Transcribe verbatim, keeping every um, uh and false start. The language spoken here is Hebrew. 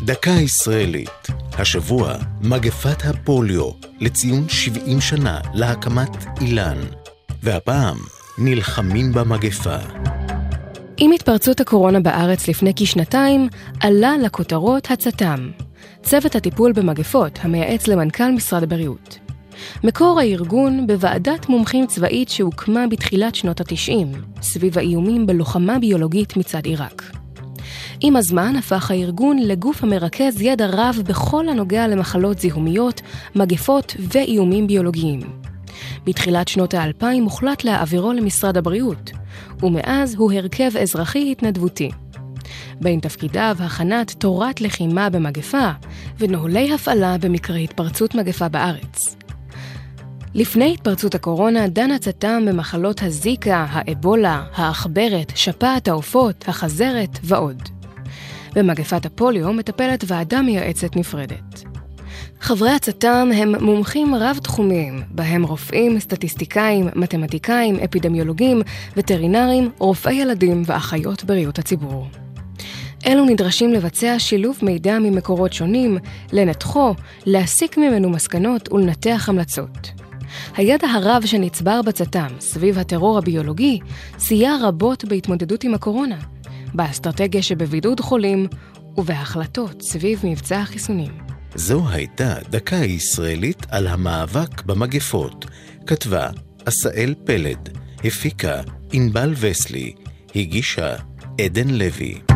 דקה ישראלית. השבוע מגפת הפוליו לציון שבעים שנה להקמת אילן. והפעם נלחמים במגפה. עם התפרצות הקורונה בארץ לפני כשנתיים, עלה לכותרות הצט"ם, צוות הטיפול במגפות המייעץ למנכ"ל משרד הבריאות. מקור הארגון בוועדת מומחים צבאית שהוקמה בתחילת שנות ה-תשעים, סביב האיומים בלוחמה ביולוגית מצד עיראק. עם הזמן הפך הארגון לגוף המרכז ידע רב בכל הנוגע למחלות זיהומיות, מגפות ואיומים ביולוגיים. בתחילת שנות האלפיים הוחלט להעבירו למשרד הבריאות, ומאז הוא הרכב אזרחי התנדבותי. בין תפקידיו הכנת תורת לחימה במגפה ונוהלי הפעלה במקרה התפרצות מגפה בארץ. לפני התפרצות הקורונה דן הצט"ם במחלות הזיקה, האבולה, האחברת, שפעת העופות, החזרת ועוד. במגפת הפוליו מטפלת ועדה מייעצת נפרדת. חברי הצט"ם הם מומחים רב-תחומיים, בהם רופאים, סטטיסטיקאים, מתמטיקאים, אפידמיולוגים, וטרינרים, רופאי ילדים ואחיות בריאות הציבור. אלו נדרשים לבצע שילוב מידע ממקורות שונים, לנתחו, להסיק ממנו מסקנות ולנתח המלצות. הידע הרב שנצבר בצט"ם סביב הטרור הביולוגי סייע רבות בהתמודדות עם הקורונה, באסטרטגיה שבבידוד חולים ובהחלטות סביב מבצע החיסונים. זו הייתה דקה ישראלית על המאבק במגפות. כתבה עשאל פלד, הפיקה ענבל וסלי, הגישה עדן לוי.